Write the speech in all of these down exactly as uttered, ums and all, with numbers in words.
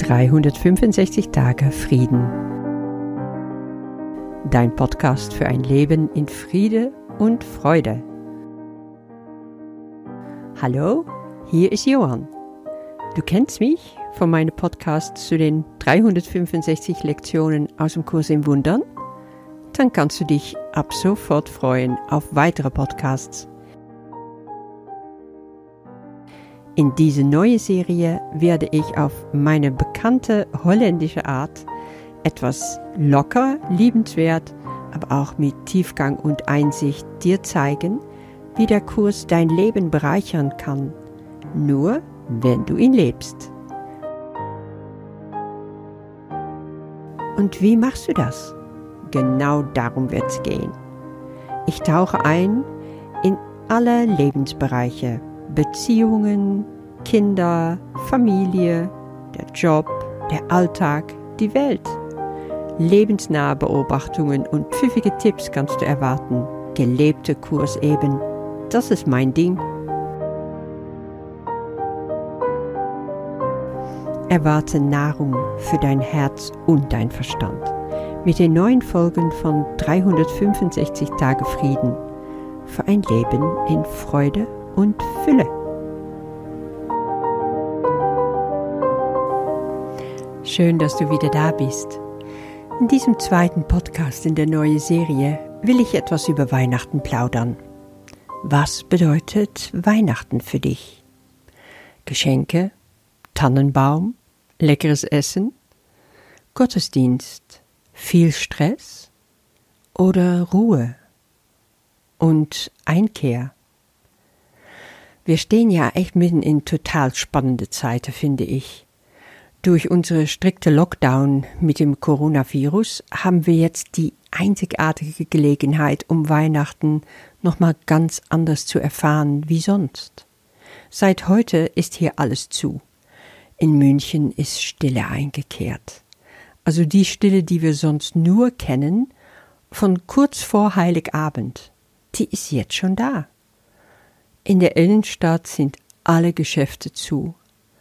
dreihundertfünfundsechzig Tage Frieden. Dein Podcast für ein Leben in Friede und Freude. Hallo, hier ist Johann. Du kennst mich von meinem Podcast zu den dreihundertfünfundsechzig Lektionen aus dem Kurs im Wundern? Dann kannst du dich ab sofort freuen auf weitere Podcasts. In dieser neuen Serie werde ich auf meine bekannte holländische Art etwas locker, liebenswert, aber auch mit Tiefgang und Einsicht dir zeigen, wie der Kurs dein Leben bereichern kann, nur wenn du ihn lebst. Und wie machst du das? Genau darum wird es gehen. Ich tauche ein in alle Lebensbereiche. Beziehungen, Kinder, Familie, der Job, der Alltag, die Welt. Lebensnahe Beobachtungen und pfiffige Tipps kannst du erwarten. Gelebte Kurs eben. Das ist mein Ding. Erwarte Nahrung für dein Herz und dein Verstand. Mit den neuen Folgen von dreihundertfünfundsechzig Tage Frieden. Für ein Leben in Freude und Fülle. Schön, dass du wieder da bist. In diesem zweiten Podcast in der neuen Serie will ich etwas über Weihnachten plaudern. Was bedeutet Weihnachten für dich? Geschenke, Tannenbaum, leckeres Essen, Gottesdienst, viel Stress oder Ruhe und Einkehr? Wir stehen ja echt mitten in total spannende Zeiten, finde ich. Durch unsere strikte Lockdown mit dem Coronavirus haben wir jetzt die einzigartige Gelegenheit, um Weihnachten nochmal ganz anders zu erfahren wie sonst. Seit heute ist hier alles zu. In München ist Stille eingekehrt. Also die Stille, die wir sonst nur kennen, von kurz vor Heiligabend, die ist jetzt schon da. In der Innenstadt sind alle Geschäfte zu.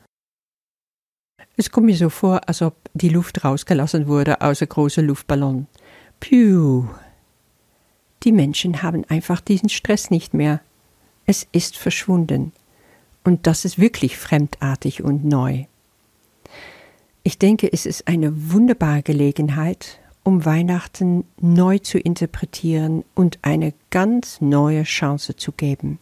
Es kommt mir so vor, als ob die Luft rausgelassen wurde aus einem großen Luftballon. Piu! Die Menschen haben einfach diesen Stress nicht mehr. Es ist verschwunden. Und das ist wirklich fremdartig und neu. Ich denke, es ist eine wunderbare Gelegenheit, um Weihnachten neu zu interpretieren und eine ganz neue Chance zu geben.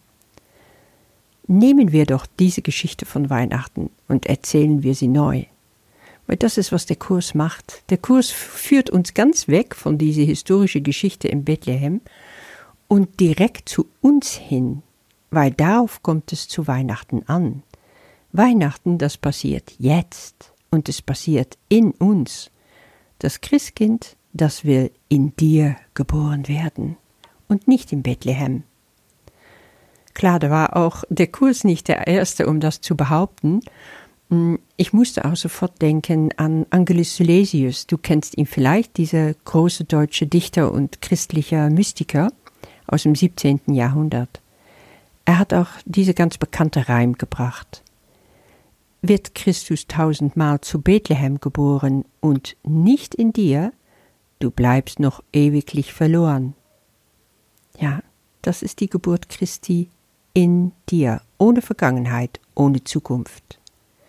Nehmen wir doch diese Geschichte von Weihnachten und erzählen wir sie neu. Weil das ist, was der Kurs macht. Der Kurs führt uns ganz weg von dieser historischen Geschichte in Bethlehem und direkt zu uns hin, weil darauf kommt es zu Weihnachten an. Weihnachten, das passiert jetzt und es passiert in uns. Das Christkind, das will in dir geboren werden und nicht in Bethlehem. Klar, da war auch der Kurs nicht der erste, um das zu behaupten. Ich musste auch sofort denken an Angelus Silesius. Du kennst ihn vielleicht, dieser große deutsche Dichter und christlicher Mystiker aus dem siebzehnten Jahrhundert. Er hat auch diese ganz bekannte Reim gebracht. Wird Christus tausendmal zu Bethlehem geboren und nicht in dir, du bleibst noch ewiglich verloren. Ja, das ist die Geburt Christi in dir, ohne Vergangenheit, ohne Zukunft.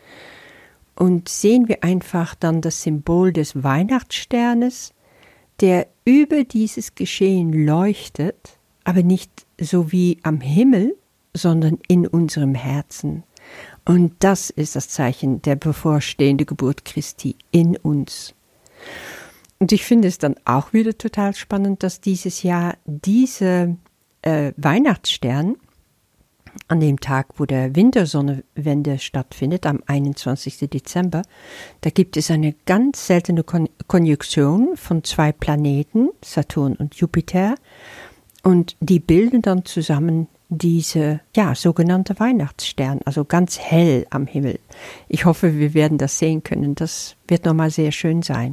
Und sehen wir einfach dann das Symbol des Weihnachtssternes, der über dieses Geschehen leuchtet, aber nicht so wie am Himmel, sondern in unserem Herzen. Und das ist das Zeichen der bevorstehenden Geburt Christi in uns. Und ich finde es dann auch wieder total spannend, dass dieses Jahr diese äh, Weihnachtsstern an dem Tag, wo der Wintersonnenwende stattfindet, am einundzwanzigsten Dezember, da gibt es eine ganz seltene Kon- Konjunktion von zwei Planeten, Saturn und Jupiter, und die bilden dann zusammen diese, ja, sogenannte Weihnachtsstern, also ganz hell am Himmel. Ich hoffe, wir werden das sehen können, das wird nochmal sehr schön sein.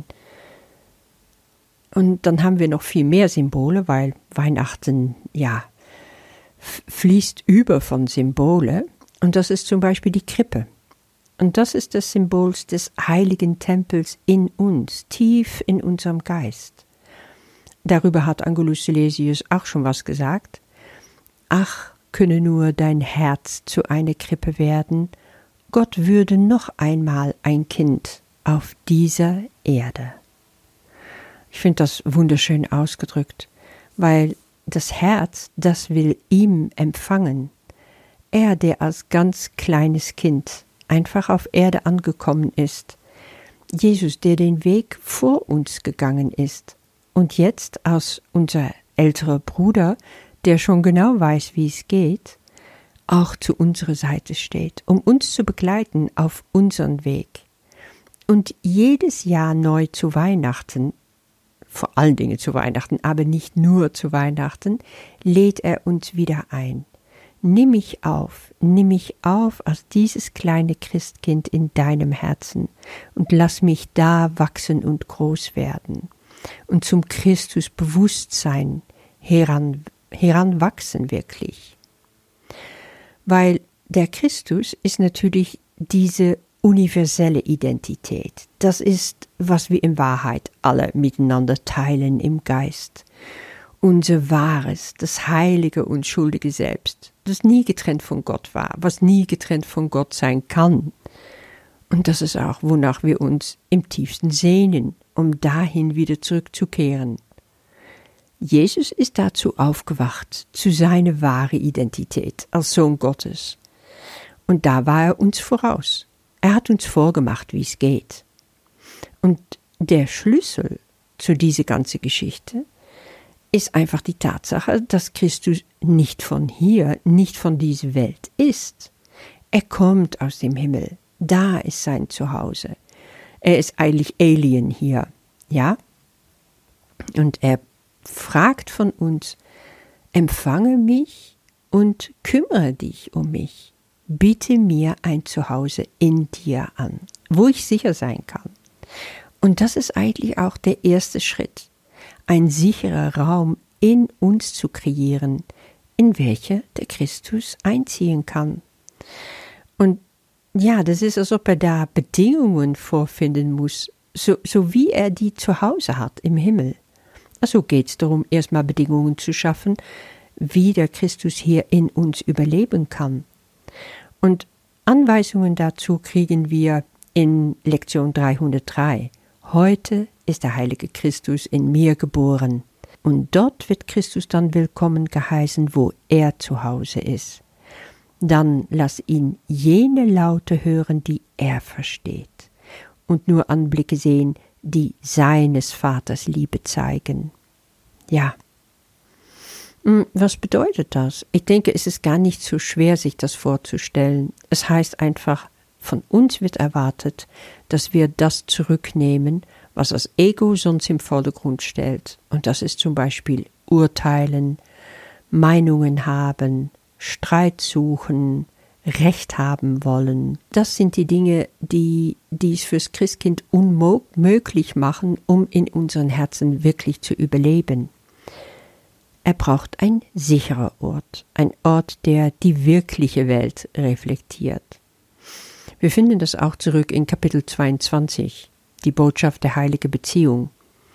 Und dann haben wir noch viel mehr Symbole, weil Weihnachten, ja, fließt über von Symbole. Und das ist zum Beispiel die Krippe. Und das ist das Symbol des heiligen Tempels in uns, tief in unserem Geist. Darüber hat Angelus Silesius auch schon was gesagt. Ach, könne nur dein Herz zu einer Krippe werden, Gott würde noch einmal ein Kind auf dieser Erde. Ich finde das wunderschön ausgedrückt, weil das Herz, das will ihm empfangen. Er, der als ganz kleines Kind einfach auf Erde angekommen ist. Jesus, der den Weg vor uns gegangen ist. Und jetzt als unser älterer Bruder, der schon genau weiß, wie es geht, auch zu unserer Seite steht, um uns zu begleiten auf unseren Weg. Und jedes Jahr neu zu Weihnachten, vor allen Dingen zu Weihnachten, aber nicht nur zu Weihnachten, lädt er uns wieder ein. Nimm mich auf, nimm mich auf als dieses kleine Christkind in deinem Herzen und lass mich da wachsen und groß werden und zum Christusbewusstsein heran, heranwachsen wirklich. Weil der Christus ist natürlich diese universelle Identität. Das ist, was wir in Wahrheit alle miteinander teilen im Geist. Unser wahres, das heilige, unschuldige Selbst, das nie getrennt von Gott war, was nie getrennt von Gott sein kann. Und das ist auch, wonach wir uns im tiefsten sehnen, um dahin wieder zurückzukehren. Jesus ist dazu aufgewacht, zu seiner wahren Identität als Sohn Gottes. Und da war er uns voraus. Er hat uns vorgemacht, wie es geht. Und der Schlüssel zu dieser ganzen Geschichte ist einfach die Tatsache, dass Christus nicht von hier, nicht von dieser Welt ist. Er kommt aus dem Himmel. Da ist sein Zuhause. Er ist eigentlich Alien hier, ja? Und er fragt von uns, empfange mich und kümmere dich um mich. Biete mir ein Zuhause in dir an, wo ich sicher sein kann. Und das ist eigentlich auch der erste Schritt, ein sicherer Raum in uns zu kreieren, in welcher der Christus einziehen kann. Und ja, das ist, als ob er da Bedingungen vorfinden muss, so, so wie er die zu Hause hat im Himmel. Also geht es darum, erstmal Bedingungen zu schaffen, wie der Christus hier in uns überleben kann. Und Anweisungen dazu kriegen wir in Lektion dreihundertdrei. Heute ist der heilige Christus in mir geboren. Und dort wird Christus dann willkommen geheißen, wo er zu Hause ist. Dann lass ihn jene Laute hören, die er versteht. Und nur Anblicke sehen, die seines Vaters Liebe zeigen. Ja. Was bedeutet das? Ich denke, es ist gar nicht so schwer, sich das vorzustellen. Es heißt einfach, von uns wird erwartet, dass wir das zurücknehmen, was das Ego sonst im Vordergrund stellt. Und das ist zum Beispiel Urteilen, Meinungen haben, Streit suchen, Recht haben wollen. Das sind die Dinge, die dies fürs Christkind unmöglich machen, um in unseren Herzen wirklich zu überleben. Er braucht ein sicherer Ort, ein Ort, der die wirkliche Welt reflektiert. Wir finden das auch zurück in Kapitel zweiundzwanzig, die Botschaft der heiligen Beziehung.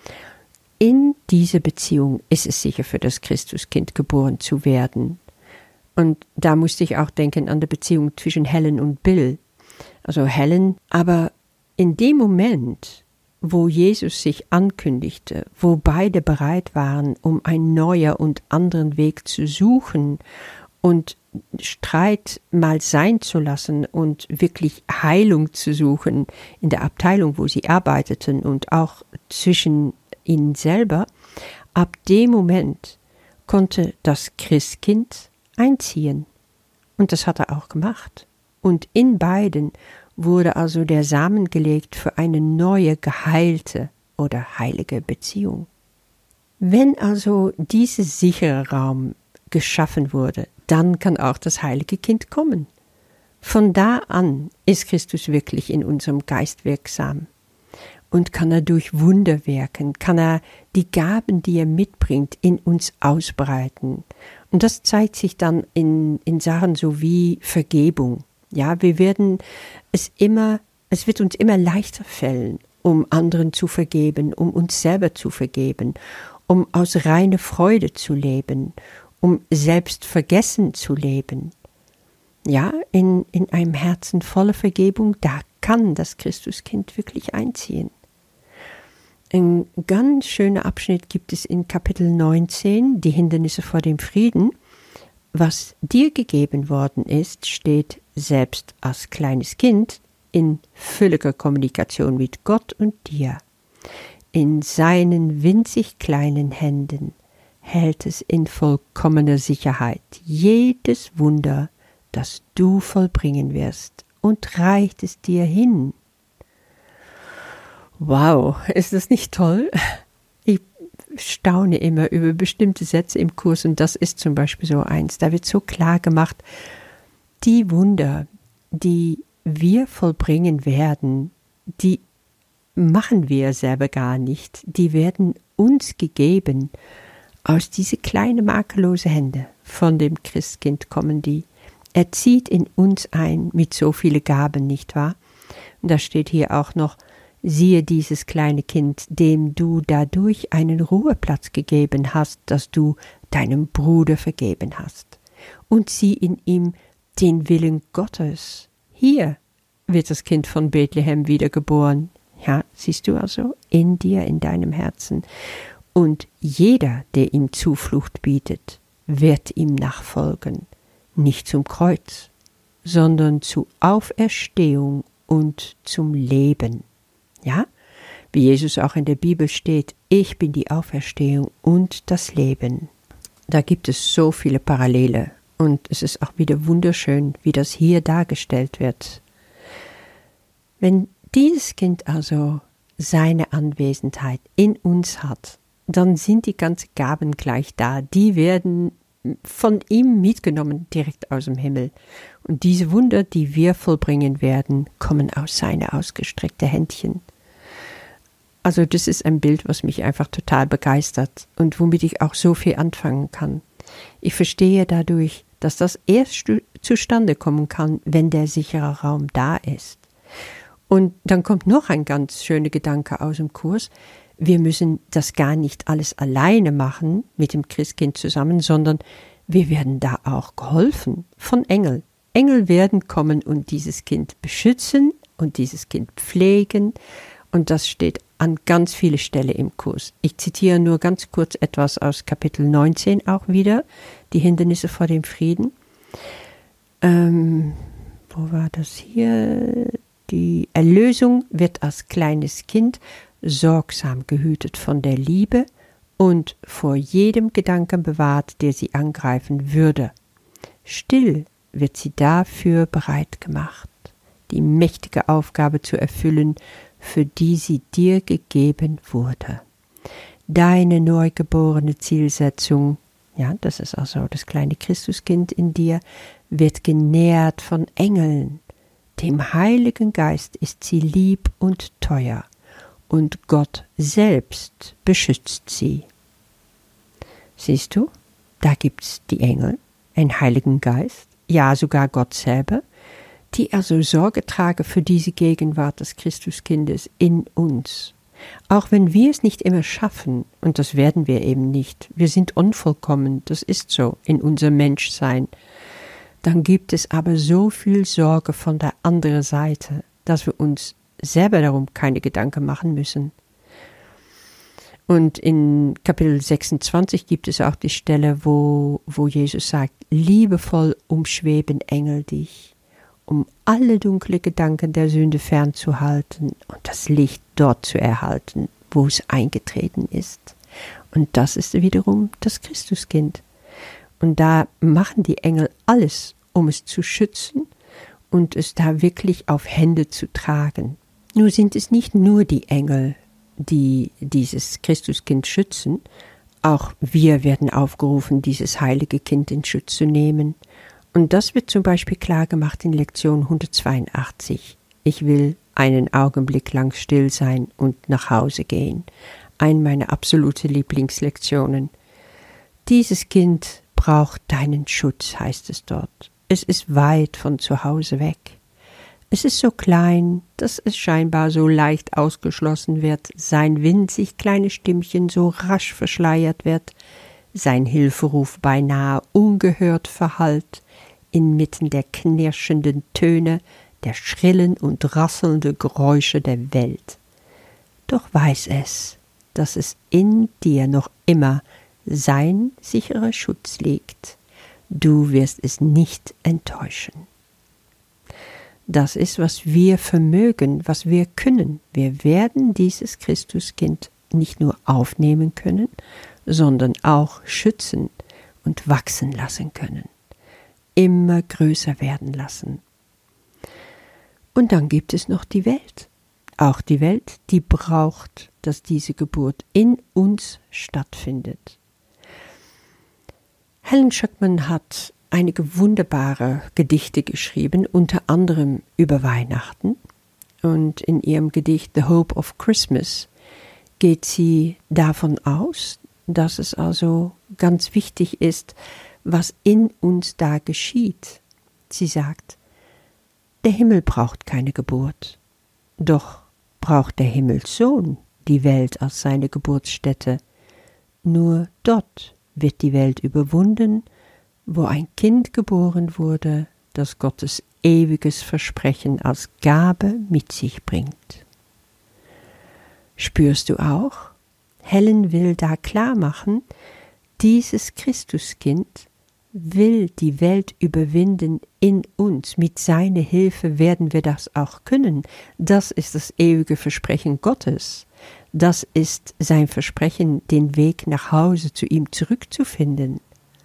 In dieser Beziehung ist es sicher für das Christuskind geboren zu werden. Und da musste ich auch denken an die Beziehung zwischen Helen und Bill. Also Helen, aber in dem Moment, wo Jesus sich ankündigte, wo beide bereit waren, um einen neuen und anderen Weg zu suchen und Streit mal sein zu lassen und wirklich Heilung zu suchen in der Abteilung, wo sie arbeiteten und auch zwischen ihnen selber, ab dem Moment konnte das Christkind einziehen. Und das hat er auch gemacht. Und in beiden wurde also der Samen gelegt für eine neue, geheilte oder heilige Beziehung. Wenn also dieser sichere Raum geschaffen wurde, dann kann auch das heilige Kind kommen. Von da an ist Christus wirklich in unserem Geist wirksam. Und kann er durch Wunder wirken, kann er die Gaben, die er mitbringt, in uns ausbreiten. Und das zeigt sich dann in, in Sachen so wie Vergebung. Ja, wir werden es immer, es wird uns immer leichter fallen, um anderen zu vergeben, um uns selber zu vergeben, um aus reiner Freude zu leben, um selbst vergessen zu leben. Ja, in, in einem Herzen voller Vergebung, da kann das Christuskind wirklich einziehen. Ein ganz schöner Abschnitt gibt es in Kapitel neunzehn, die Hindernisse vor dem Frieden. Was dir gegeben worden ist, steht selbst als kleines Kind in völliger Kommunikation mit Gott und dir. In seinen winzig kleinen Händen hält es in vollkommener Sicherheit jedes Wunder, das du vollbringen wirst, und reicht es dir hin. Wow, ist das nicht toll? Ich staune immer über bestimmte Sätze im Kurs und das ist zum Beispiel so eins. Da wird so klar gemacht, die Wunder, die wir vollbringen werden, die machen wir selber gar nicht. Die werden uns gegeben. Aus diese kleinen makellose Hände von dem Christkind kommen die. Er zieht in uns ein mit so vielen Gaben, nicht wahr? Und da steht hier auch noch, siehe dieses kleine Kind, dem du dadurch einen Ruheplatz gegeben hast, dass du deinem Bruder vergeben hast. Und sieh in ihm den Willen Gottes. Hier wird das Kind von Bethlehem wiedergeboren. Ja, siehst du also, in dir, in deinem Herzen. Und jeder, der ihm Zuflucht bietet, wird ihm nachfolgen. Nicht zum Kreuz, sondern zur Auferstehung und zum Leben. Ja, wie Jesus auch in der Bibel steht, ich bin die Auferstehung und das Leben. Da gibt es so viele Parallele und es ist auch wieder wunderschön, wie das hier dargestellt wird. Wenn dieses Kind also seine Anwesenheit in uns hat, dann sind die ganzen Gaben gleich da. Die werden von ihm mitgenommen, direkt aus dem Himmel. Und diese Wunder, die wir vollbringen werden, kommen aus seinen ausgestreckten Händchen. Also das ist ein Bild, was mich einfach total begeistert und womit ich auch so viel anfangen kann. Ich verstehe dadurch, dass das erst zustande kommen kann, wenn der sichere Raum da ist. Und dann kommt noch ein ganz schöner Gedanke aus dem Kurs. Wir müssen das gar nicht alles alleine machen mit dem Christkind zusammen, sondern wir werden da auch geholfen von Engeln. Engel werden kommen und dieses Kind beschützen und dieses Kind pflegen. Und das steht an ganz vielen Stellen im Kurs. Ich zitiere nur ganz kurz etwas aus Kapitel neunzehn auch wieder, die Hindernisse vor dem Frieden. Ähm, wo war das hier? Die Erlösung wird als kleines Kind sorgsam gehütet von der Liebe und vor jedem Gedanken bewahrt, der sie angreifen würde. Still wird sie dafür bereit gemacht, die mächtige Aufgabe zu erfüllen, für die sie dir gegeben wurde. Deine neugeborene Zielsetzung, ja, das ist also das kleine Christuskind in dir, wird genährt von Engeln. Dem Heiligen Geist ist sie lieb und teuer, und Gott selbst beschützt sie. Siehst du, da gibt's die Engel, einen Heiligen Geist, ja sogar Gott selber, die also Sorge tragen für diese Gegenwart des Christuskindes in uns. Auch wenn wir es nicht immer schaffen, und das werden wir eben nicht, wir sind unvollkommen, das ist so in unserem Menschsein, dann gibt es aber so viel Sorge von der anderen Seite, dass wir uns selber darum keine Gedanken machen müssen. Und in Kapitel sechsundzwanzig gibt es auch die Stelle, wo, wo Jesus sagt, liebevoll umschweben Engel dich, um alle dunkle Gedanken der Sünde fernzuhalten und das Licht dort zu erhalten, wo es eingetreten ist. Und das ist wiederum das Christuskind. Und da machen die Engel alles, um es zu schützen und es da wirklich auf Hände zu tragen. Nur sind es nicht nur die Engel, die dieses Christuskind schützen, auch wir werden aufgerufen, dieses heilige Kind in Schutz zu nehmen. Und das wird zum Beispiel klar gemacht in Lektion hundertzweiundachtzig. Ich will einen Augenblick lang still sein und nach Hause gehen. Eine meiner absoluten Lieblingslektionen. Dieses Kind braucht deinen Schutz, heißt es dort. Es ist weit von zu Hause weg. Es ist so klein, dass es scheinbar so leicht ausgeschlossen wird, sein winzig kleines Stimmchen so rasch verschleiert wird, sein Hilferuf beinahe ungehört verhallt, inmitten der knirschenden Töne, der schrillen und rasselnden Geräusche der Welt. Doch weiß es, dass es in dir noch immer sein sicherer Schutz liegt. Du wirst es nicht enttäuschen. Das ist, was wir vermögen, was wir können. Wir werden dieses Christuskind nicht nur aufnehmen können, sondern auch schützen und wachsen lassen können. Immer größer werden lassen. Und dann gibt es noch die Welt. Auch die Welt, die braucht, dass diese Geburt in uns stattfindet. Helen Schucman hat einige wunderbare Gedichte geschrieben, unter anderem über Weihnachten. Und in ihrem Gedicht The Hope of Christmas geht sie davon aus, dass es also ganz wichtig ist, was in uns da geschieht. Sie sagt, der Himmel braucht keine Geburt, doch braucht der Himmelssohn die Welt als seine Geburtsstätte. Nur dort wird die Welt überwunden, wo ein Kind geboren wurde, das Gottes ewiges Versprechen als Gabe mit sich bringt. Spürst du auch? Helen will da klar machen, dieses Christuskind will die Welt überwinden in uns. Mit seiner Hilfe werden wir das auch können. Das ist das ewige Versprechen Gottes. Das ist sein Versprechen, den Weg nach Hause zu ihm zurückzufinden.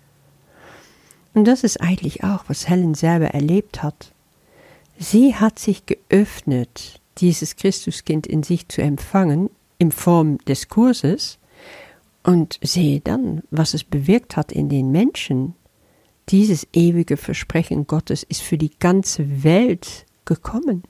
Und das ist eigentlich auch, was Helen selber erlebt hat. Sie hat sich geöffnet, dieses Christuskind in sich zu empfangen, in Form des Kurses, und sehe dann, was es bewirkt hat in den Menschen. Dieses ewige Versprechen Gottes ist für die ganze Welt gekommen.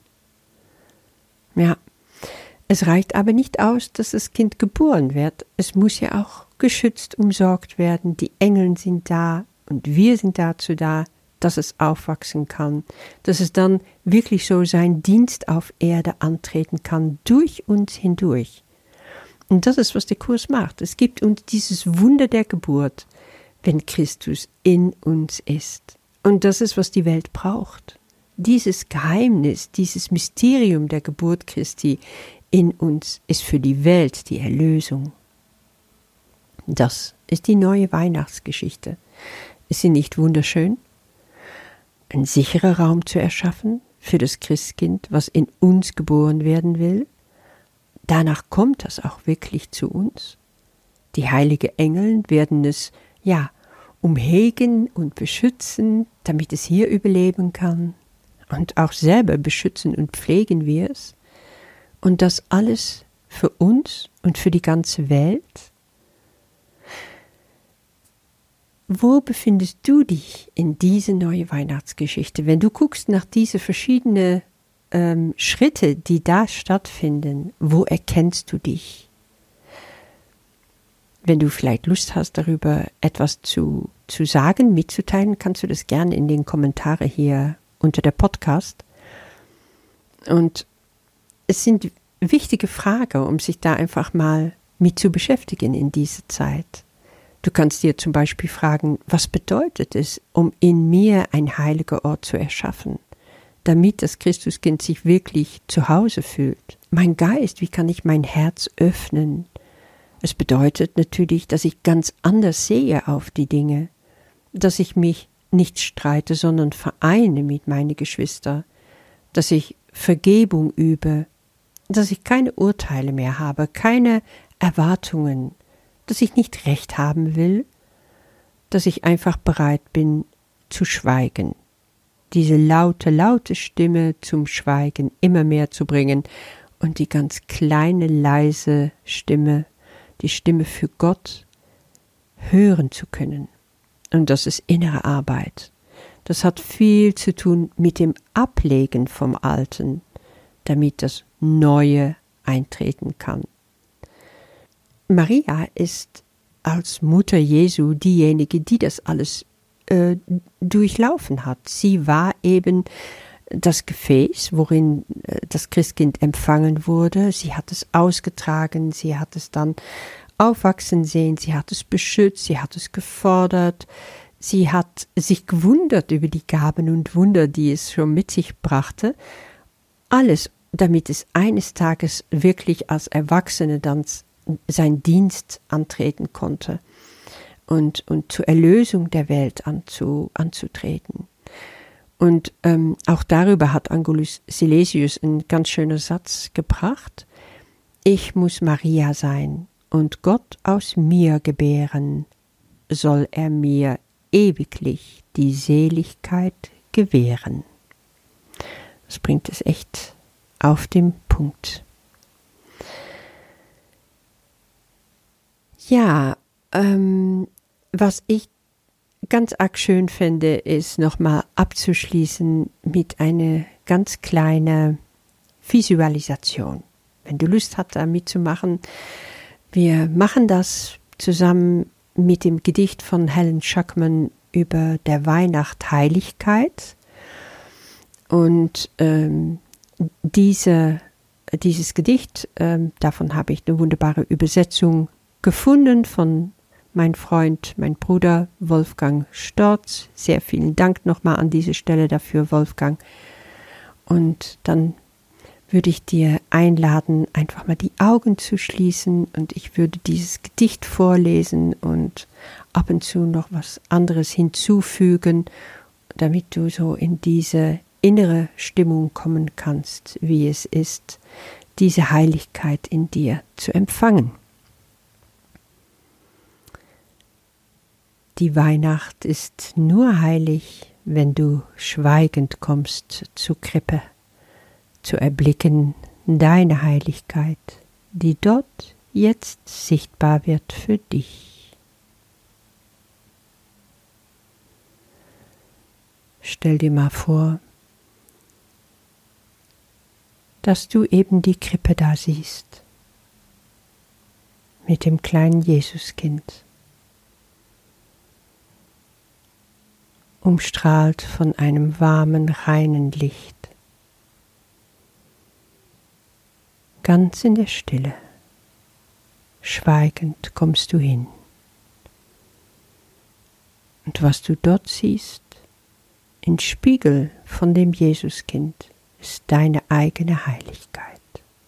Ja, es reicht aber nicht aus, dass das Kind geboren wird. Es muss ja auch geschützt, umsorgt werden. Die Engel sind da und wir sind dazu da, dass es aufwachsen kann, dass es dann wirklich so seinen Dienst auf Erde antreten kann, durch uns hindurch. Und das ist, was der Kurs macht. Es gibt uns dieses Wunder der Geburt, wenn Christus in uns ist. Und das ist, was die Welt braucht. Dieses Geheimnis, dieses Mysterium der Geburt Christi in uns ist für die Welt die Erlösung. Das ist die neue Weihnachtsgeschichte. Ist sie nicht wunderschön? Ein sicherer Raum zu erschaffen für das Christkind, was in uns geboren werden will. Danach kommt das auch wirklich zu uns. Die heiligen Engel werden es, ja, umhegen und beschützen, damit es hier überleben kann. Und auch selber beschützen und pflegen wir es. Und das alles für uns und für die ganze Welt. Wo befindest du dich in diese neue Weihnachtsgeschichte? Wenn du guckst nach diese verschiedenen ähm, Schritte, die da stattfinden, wo erkennst du dich? Wenn du vielleicht Lust hast, darüber etwas zu, zu sagen, mitzuteilen, kannst du das gerne in den Kommentaren hier unter der Podcast. Und es sind wichtige Fragen, um sich da einfach mal mit zu beschäftigen in dieser Zeit. Du kannst dir zum Beispiel fragen, was bedeutet es, um in mir ein heiliger Ort zu erschaffen, damit das Christuskind sich wirklich zu Hause fühlt. Mein Geist, wie kann ich mein Herz öffnen? Es bedeutet natürlich, dass ich ganz anders sehe auf die Dinge, dass ich mich nicht streite, sondern vereine mit meinen Geschwistern, dass ich Vergebung übe, dass ich keine Urteile mehr habe, keine Erwartungen, dass ich nicht recht haben will, dass ich einfach bereit bin zu schweigen, diese laute, laute Stimme zum Schweigen immer mehr zu bringen und die ganz kleine, leise Stimme, die Stimme für Gott, hören zu können. Und das ist innere Arbeit. Das hat viel zu tun mit dem Ablegen vom Alten, damit das Neue eintreten kann. Maria ist als Mutter Jesu diejenige, die das alles äh, durchlaufen hat. Sie war eben das Gefäß, worin äh, das Christkind empfangen wurde. Sie hat es ausgetragen, sie hat es dann aufwachsen sehen, sie hat es beschützt, sie hat es gefordert, sie hat sich gewundert über die Gaben und Wunder, die es schon mit sich brachte. Alles, damit es eines Tages wirklich als Erwachsene dann seinen Dienst antreten konnte und, und zur Erlösung der Welt anzu, anzutreten. Und ähm, auch darüber hat Angelus Silesius einen ganz schönen Satz gebracht. Ich muss Maria sein und Gott aus mir gebären, soll er mir ewiglich die Seligkeit gewähren. Das bringt es echt auf den Punkt. Ja, ähm, was ich ganz arg schön finde, ist nochmal abzuschließen mit einer ganz kleinen Visualisation. Wenn du Lust hast, da mitzumachen, wir machen das zusammen mit dem Gedicht von Helen Schuckman über der Weihnacht Heiligkeit. Und ähm, diese, dieses Gedicht, ähm, davon habe ich eine wunderbare Übersetzung gefunden von mein Freund, mein Bruder Wolfgang Storz. Sehr vielen Dank nochmal an dieser Stelle dafür, Wolfgang. Und dann würde ich dir einladen, einfach mal die Augen zu schließen und ich würde dieses Gedicht vorlesen und ab und zu noch was anderes hinzufügen, damit du so in diese innere Stimmung kommen kannst, wie es ist, diese Heiligkeit in dir zu empfangen. Die Weihnacht ist nur heilig, wenn du schweigend kommst zur Krippe, zu erblicken deine Heiligkeit, die dort jetzt sichtbar wird für dich. Stell dir mal vor, dass du eben die Krippe da siehst, mit dem kleinen Jesuskind, umstrahlt von einem warmen, reinen Licht. Ganz in der Stille, schweigend kommst du hin. Und was du dort siehst, im Spiegel von dem Jesuskind, ist deine eigene Heiligkeit.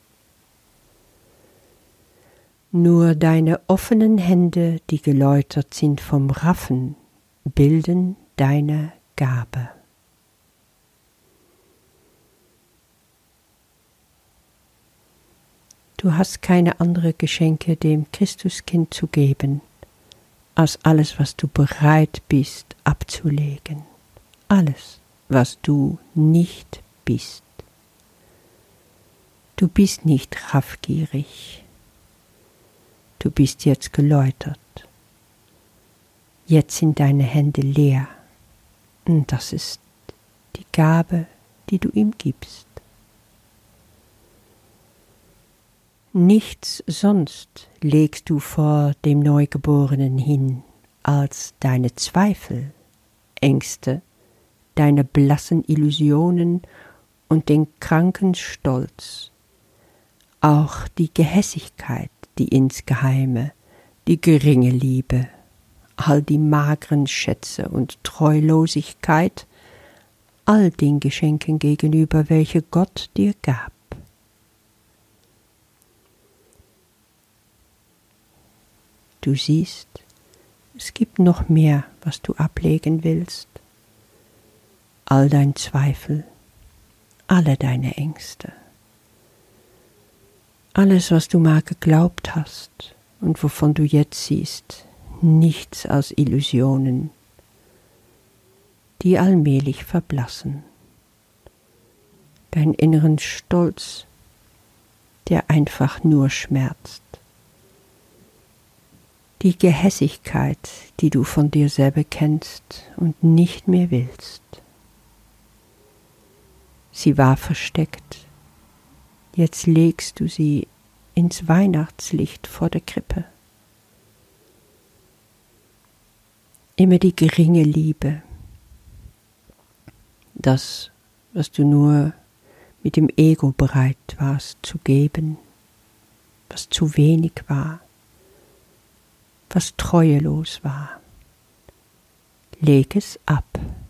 Nur deine offenen Hände, die geläutert sind vom Raffen, bilden deine Gabe. Du hast keine andere Geschenke dem Christuskind zu geben, als alles, was du bereit bist abzulegen. Alles, was du nicht bist. Du bist nicht raffgierig. Du bist jetzt geläutert. Jetzt sind deine Hände leer. Und das ist die Gabe, die du ihm gibst. Nichts sonst legst du vor dem Neugeborenen hin, als deine Zweifel, Ängste, deine blassen Illusionen und den kranken Stolz, auch die Gehässigkeit, die insgeheime, die geringe Liebe, all die mageren Schätze und Treulosigkeit, all den Geschenken gegenüber, welche Gott dir gab. Du siehst, es gibt noch mehr, was du ablegen willst. All dein Zweifel, alle deine Ängste, alles, was du mal geglaubt hast und wovon du jetzt siehst, nichts als Illusionen, die allmählich verblassen. Dein inneren Stolz, der einfach nur schmerzt. Die Gehässigkeit, die du von dir selber kennst und nicht mehr willst. Sie war versteckt. Jetzt legst du sie ins Weihnachtslicht vor der Krippe. immer die geringe Liebe. Das, was du nur mit dem Ego bereit warst zu geben, was zu wenig war, was treuelos war. Leg es ab.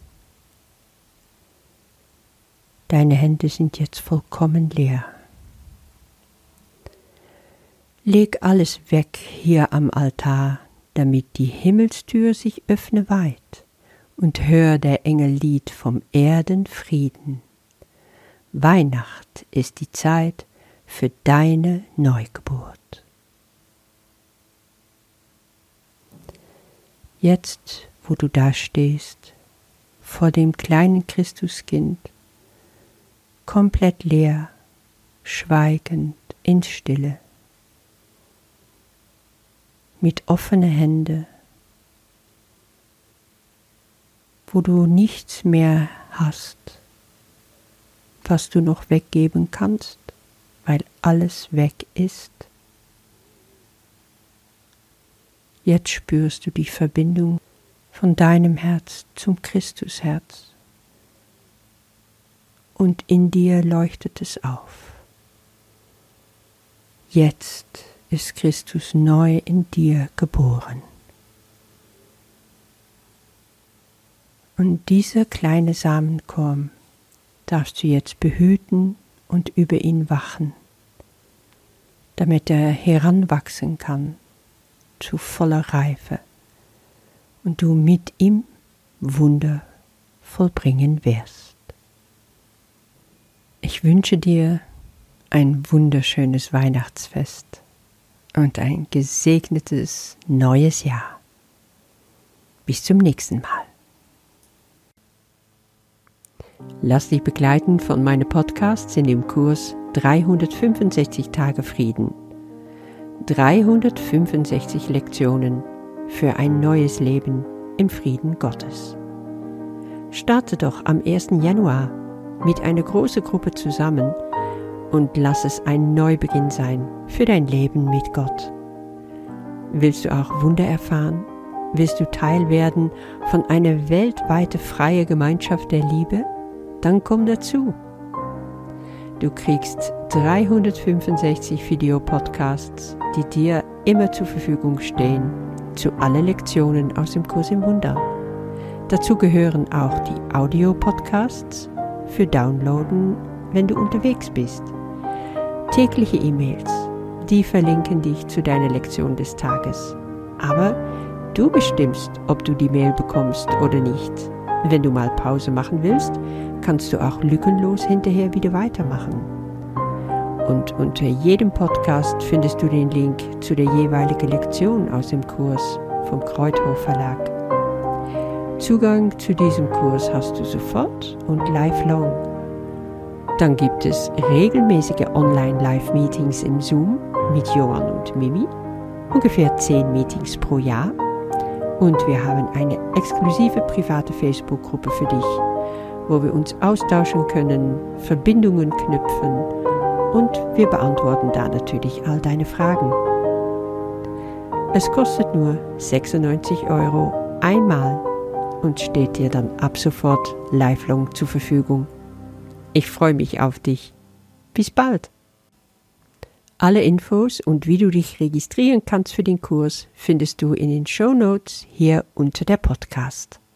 Deine Hände sind jetzt vollkommen leer. Leg alles weg hier am Altar, damit die Himmelstür sich öffne weit und hör der Engel Lied vom Erdenfrieden. Weihnacht ist die Zeit für deine Neugeburt. Jetzt, wo du da stehst, vor dem kleinen Christuskind, komplett leer, schweigend in Stille, mit offenen Händen, wo du nichts mehr hast, was du noch weggeben kannst, weil alles weg ist. Jetzt spürst du die Verbindung von deinem Herz zum Christusherz. Und in dir leuchtet es auf. Jetzt ist Christus neu in dir geboren. Und dieser kleine Samenkorn darfst du jetzt behüten und über ihn wachen, damit er heranwachsen kann zu voller Reife und du mit ihm Wunder vollbringen wirst. Ich wünsche dir ein wunderschönes Weihnachtsfest und ein gesegnetes neues Jahr. Bis zum nächsten Mal. Lass dich begleiten von meinen Podcasts in dem Kurs dreihundertfünfundsechzig Tage Frieden. dreihundertfünfundsechzig Lektionen für ein neues Leben im Frieden Gottes. Starte doch am ersten Januar mit einer großen Gruppe zusammen und lass es ein Neubeginn sein für dein Leben mit Gott. Willst du auch Wunder erfahren? Willst du Teil werden von einer weltweite freie Gemeinschaft der Liebe? Dann komm dazu. Du kriegst dreihundertfünfundsechzig Videopodcasts, die dir immer zur Verfügung stehen, zu allen Lektionen aus dem Kurs im Wunder. Dazu gehören auch die Audio-Podcasts für Downloaden, wenn du unterwegs bist. Tägliche E-Mails, die verlinken dich zu deiner Lektion des Tages. Aber du bestimmst, ob du die Mail bekommst oder nicht. Wenn du mal Pause machen willst, kannst du auch lückenlos hinterher wieder weitermachen. Und unter jedem Podcast findest du den Link zu der jeweiligen Lektion aus dem Kurs vom Kreuthof Verlag. Zugang zu diesem Kurs hast du sofort und lifelong. Dann gibt es regelmäßige Online-Live-Meetings im Zoom mit Johann und Mimi, ungefähr zehn Meetings pro Jahr. Und wir haben eine exklusive private Facebook-Gruppe für dich, wo wir uns austauschen können, Verbindungen knüpfen und wir beantworten da natürlich all deine Fragen. Es kostet nur sechsundneunzig Euro einmal und steht dir dann ab sofort lifelong zur Verfügung. Ich freue mich auf dich. Bis bald! Alle Infos und wie du dich registrieren kannst für den Kurs findest du in den Shownotes hier unter der Podcast.